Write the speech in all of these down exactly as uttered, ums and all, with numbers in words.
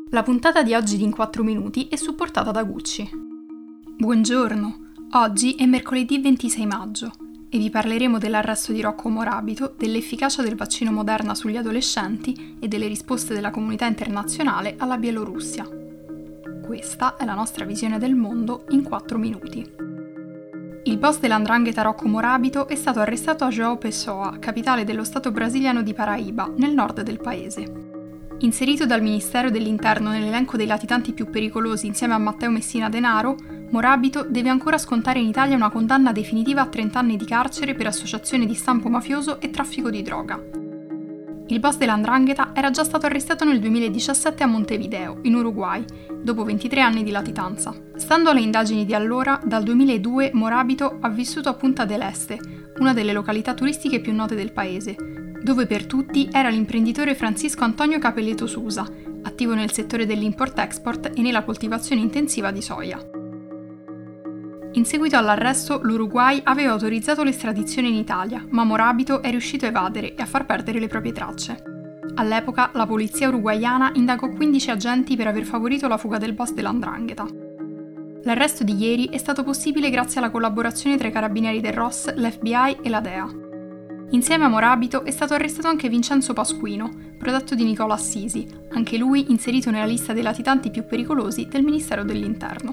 La puntata di oggi di In quattro minuti è supportata da Gucci. Buongiorno, oggi è mercoledì ventisei maggio e vi parleremo dell'arresto di Rocco Morabito, dell'efficacia del vaccino Moderna sugli adolescenti e delle risposte della comunità internazionale alla Bielorussia. Questa è la nostra visione del mondo in quattro minuti. Il boss dell'andrangheta Rocco Morabito è stato arrestato a João Pessoa, capitale dello stato brasiliano di Paraíba, nel nord del paese. Inserito dal Ministero dell'Interno nell'elenco dei latitanti più pericolosi insieme a Matteo Messina Denaro, Morabito deve ancora scontare in Italia una condanna definitiva a trenta anni di carcere per associazione di stampo mafioso e traffico di droga. Il boss dell'andrangheta era già stato arrestato nel duemiladiciassette a Montevideo, in Uruguay, dopo ventitré anni di latitanza. Stando alle indagini di allora, dal duemiladue Morabito ha vissuto a Punta del Este, una delle località turistiche più note del paese, dove per tutti era l'imprenditore Francisco Antonio Capelleto Sousa, attivo nel settore dell'import-export e nella coltivazione intensiva di soia. In seguito all'arresto, l'Uruguay aveva autorizzato l'estradizione in Italia, ma Morabito è riuscito a evadere e a far perdere le proprie tracce. All'epoca, la polizia uruguaiana indagò quindici agenti per aver favorito la fuga del boss dell'andrangheta. L'arresto di ieri è stato possibile grazie alla collaborazione tra i carabinieri del R O S, l'F B I e la D E A. Insieme a Morabito è stato arrestato anche Vincenzo Pasquino, protetto di Nicola Assisi, anche lui inserito nella lista dei latitanti più pericolosi del Ministero dell'Interno.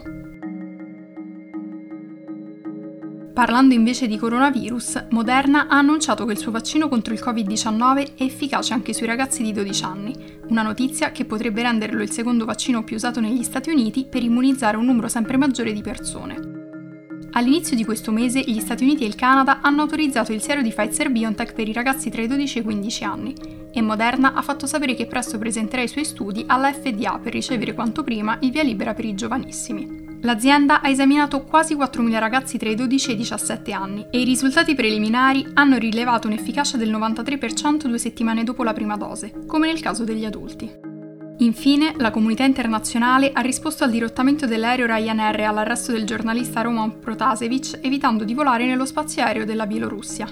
Parlando invece di coronavirus, Moderna ha annunciato che il suo vaccino contro il covid diciannove è efficace anche sui ragazzi di dodici anni, una notizia che potrebbe renderlo il secondo vaccino più usato negli Stati Uniti per immunizzare un numero sempre maggiore di persone. All'inizio di questo mese gli Stati Uniti e il Canada hanno autorizzato il siero di Pfizer-BioNTech per i ragazzi tra i dodici e i quindici anni e Moderna ha fatto sapere che presto presenterà i suoi studi alla F D A per ricevere quanto prima il via libera per i giovanissimi. L'azienda ha esaminato quasi quattromila ragazzi tra i dodici e i diciassette anni e i risultati preliminari hanno rilevato un'efficacia del novantatré per cento due settimane dopo la prima dose, come nel caso degli adulti. Infine, la comunità internazionale ha risposto al dirottamento dell'aereo Ryanair e all'arresto del giornalista Roman Protasevich, evitando di volare nello spazio aereo della Bielorussia.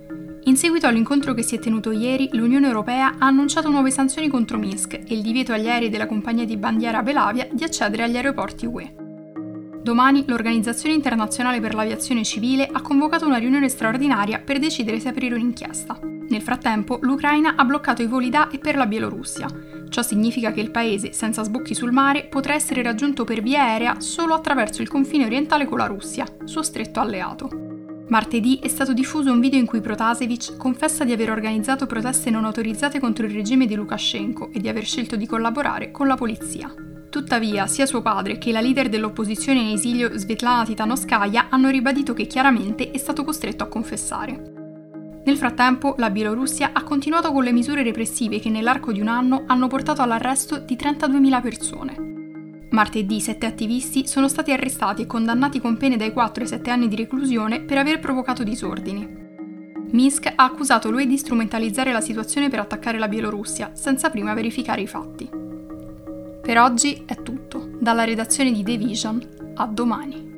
In seguito all'incontro che si è tenuto ieri, l'Unione Europea ha annunciato nuove sanzioni contro Minsk e il divieto agli aerei della compagnia di bandiera Belavia di accedere agli aeroporti U E. Domani l'Organizzazione Internazionale per l'Aviazione Civile ha convocato una riunione straordinaria per decidere se aprire un'inchiesta. Nel frattempo, l'Ucraina ha bloccato i voli da e per la Bielorussia. Ciò significa che il paese, senza sbocchi sul mare, potrà essere raggiunto per via aerea solo attraverso il confine orientale con la Russia, suo stretto alleato. Martedì è stato diffuso un video in cui Protasevich confessa di aver organizzato proteste non autorizzate contro il regime di Lukashenko e di aver scelto di collaborare con la polizia. Tuttavia, sia suo padre che la leader dell'opposizione in esilio Svetlana Titanovskaya hanno ribadito che chiaramente è stato costretto a confessare. Nel frattempo, la Bielorussia ha continuato con le misure repressive che nell'arco di un anno hanno portato all'arresto di trentaduemila persone. Martedì sette attivisti sono stati arrestati e condannati con pene dai quattro ai sette anni di reclusione per aver provocato disordini. Minsk ha accusato l'U E di strumentalizzare la situazione per attaccare la Bielorussia, senza prima verificare i fatti. Per oggi è tutto. Dalla redazione di The Vision, a domani.